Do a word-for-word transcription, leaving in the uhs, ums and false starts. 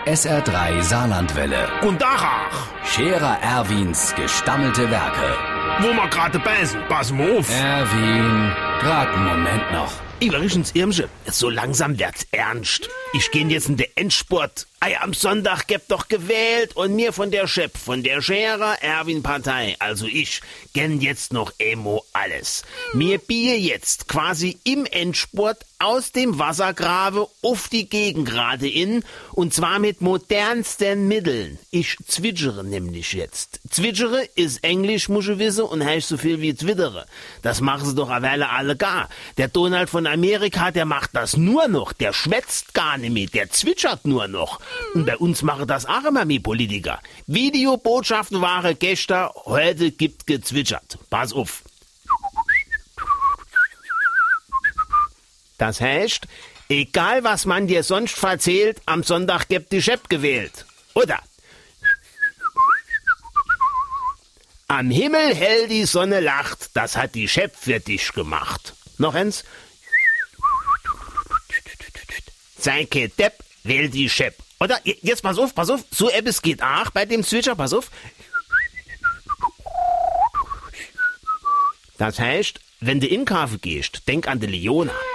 S R drei Saarlandwelle. Und Dachach, Scherer Erwins gestammelte Werke. wo wir gerade beißen, pass mal auf. Erwin, grad einen Moment noch. Übrigens, Irmsche, so langsam wird's ernst. Ich geh jetzt in den Endspurt. Ei, am Sonntag gebt doch gewählt und mir von der Chef, von der Scherer Erwin Partei, also ich, kenn jetzt noch emo alles. Mir bier jetzt quasi im Endspurt aus dem Wassergrabe auf die Gegengrade in, und zwar mit modernsten Mitteln. Ich zwitschere nämlich jetzt. Zwitschere ist Englisch, muss ich wissen, und heißt so viel wie twittere. Das machen sie doch alle alle gar. Der Donald von Amerika, der macht das nur noch. Der schwätzt gar nicht mehr, der zwitschert nur noch. Und bei uns machen das auch immer mehr Politiker. Videobotschaften waren gestern, heute gibt gezwitschert. Pass auf. Das heißt, egal was man dir sonst erzählt, am Sonntag gibt die Chef gewählt. Oder? Am Himmel hell die Sonne lacht, das hat die Chef für dich gemacht. Noch eins. Sei kein Depp, wähl die Chef. Oder? Jetzt pass auf, pass auf, so etwas geht auch bei dem Zwitscher, pass auf. Das heißt, wenn du in den Kaffee gehst, denk an die Leona.